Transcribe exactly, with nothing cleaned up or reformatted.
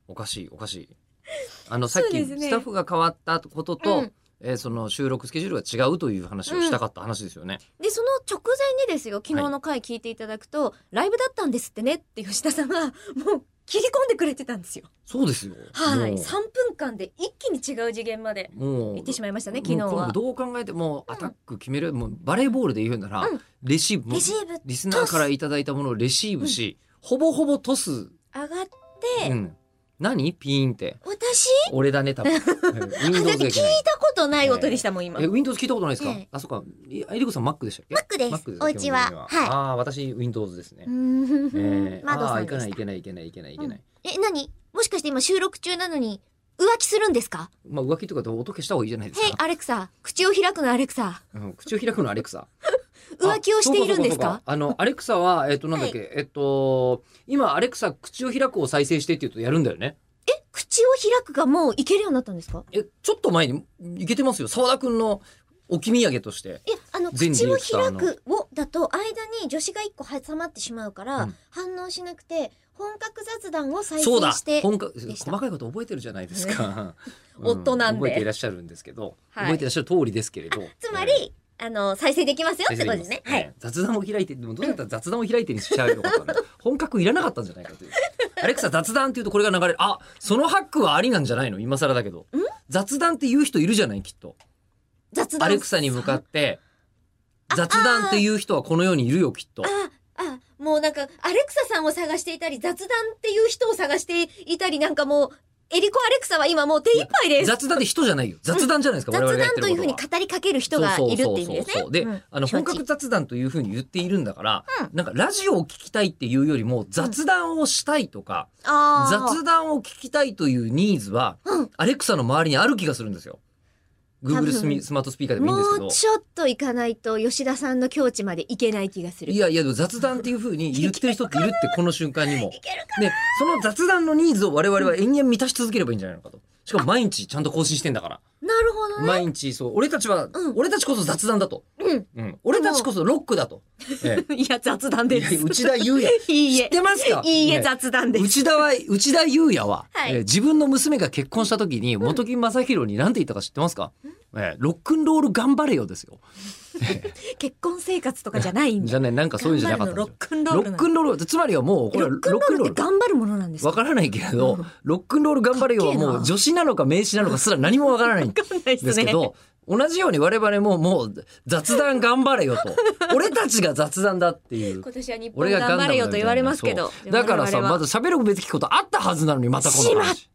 おかしいおかしい。あのさっき、 そうですねスタッフが変わったことと、 うんえーその収録スケジュールが違うという話をしたかった話ですよね。 でその直前にですよ、昨日の回聞いていただくと、ライブだったんですってねって吉田さんがもう切り込んでくれてたんですよ。 そうですよ。 はい、 もうさんぷんかんで一気に違う次元までもう行ってしまいましたね、昨日もうは。 どう考えてもアタック決める、もうバレーボールで言うなら、 うんレシーブレシーブリスナーからいただいたものをレシーブし、ほぼほぼトス、 上がって、 うん、何ピーンって私俺だね多分。えーだって Windows がい聞いけない。 たことない音でしたもん、今。 え Windows 聞いたことないですか？ ええあ、そっか。いえりこさん Mac でしたっけ？ Mac です Mac お家は基本的はいにああ、私 Windows ですねう。ーんえー、 マドああ、 さんでしたいけないいけないいけないいけないいけない。 え、何もしかして今収録中なのに浮気するんですか？ まあ浮気とかで音消した方がいいじゃないですヘイか。 アレクサ、口を開くのアレクサ。 うん、口を開くのアレクサ。 浮気をしているんですか？ あそうそうそうそうあのアレクサはえっとなんだっけ、えっと今アレクサ口を開くを再生してって言うとやるんだよね。 え、口を開くがもういけるようになったんですか？ えちょっと前にいけてますよ。澤田くんの置き土産として。 え、あの、 全ディ口をレクターの開くをだと間に助詞が一個挟まってしまうから、 うん反応しなくて本格雑談を再そうだ生して本格でした細かいこと覚えてるじゃないですか。う夫なんで覚えていらっしゃるんですけど、 はい覚えていらっしゃる通りですけれど。 つまり、 えーあの再生できますよってことですね。はい。 えー雑談を開いて、でもどうやったら雑談を開いてにしちゃうのかったんだ。本格いらなかったんじゃないかという。アレクサ雑談っていうとこれが流れる。あ、そのハックはありなんじゃないの？今更だけど。雑談って言う人いるじゃないきっと。 雑談アレクサに向かって雑談っていう人はこの世にいるよきっと。 ああ、もうなんか、アレクサさんを探していたり、雑談っていう人を探していたり、なんかもう、エリコアレクサは今もう手一杯です。 雑談って人じゃないよ。雑談じゃないですか、我々 雑がやってることは。 談というふうに語りかける人がいるっていう意味ですね。 そうそうそうそうで、 うんあの承知本格雑談というふうに言っているんだから、 うんなんかラジオを聞きたいっていうよりも雑談をしたいとか、 あー雑談を聞きたいというニーズは、 うんアレクサの周りにある気がするんですよ。Google スミ多分スマートスピーカーでもいいんですけど。 もうちょっと行かないと吉田さんの境地まで行けない気がする。 いやいや、でも雑談っていうふうに言ってる人っているって、この瞬間にも。 いけるかで、その雑談のニーズを我々は延々満たし続ければいいんじゃないのかと。しかも毎日ちゃんと更新してんだから。 なるほどね。 毎日、そう、俺たちは、 うん俺たちこそ雑談だと。 うん。 うん。俺たちこそロックだと。えいや、雑談え、 です。 いや内田裕也。 いいえ。 知ってますか？ いいえ、 ね雑談です。 内田は、内田裕也は、 はいえー自分の娘が結婚した時に、本木正宏に何て言ったか知ってますか？えーロックンロール頑張れよですよ。 結婚生活とかじゃないんだ。 じゃね、なんかそういうんじゃなかったんですよ。 ロックンロールなんだ。 ロックンロール、つまりはもう、これロックンロールって頑張るものなんですか？ わからないけれど、 うんロックンロール頑張れよはもかっけえなう助詞なのか名詞なのかすら何もわからないんわかんないですね。 ですけど、同じように我々ももう雑談頑張れよと。俺たちが雑談だっていう。 今年は日本俺がガンダムだみたいな頑張れよと言われますけど。 そうだからさ、まず喋るべきことあったはずなのにまたこの話。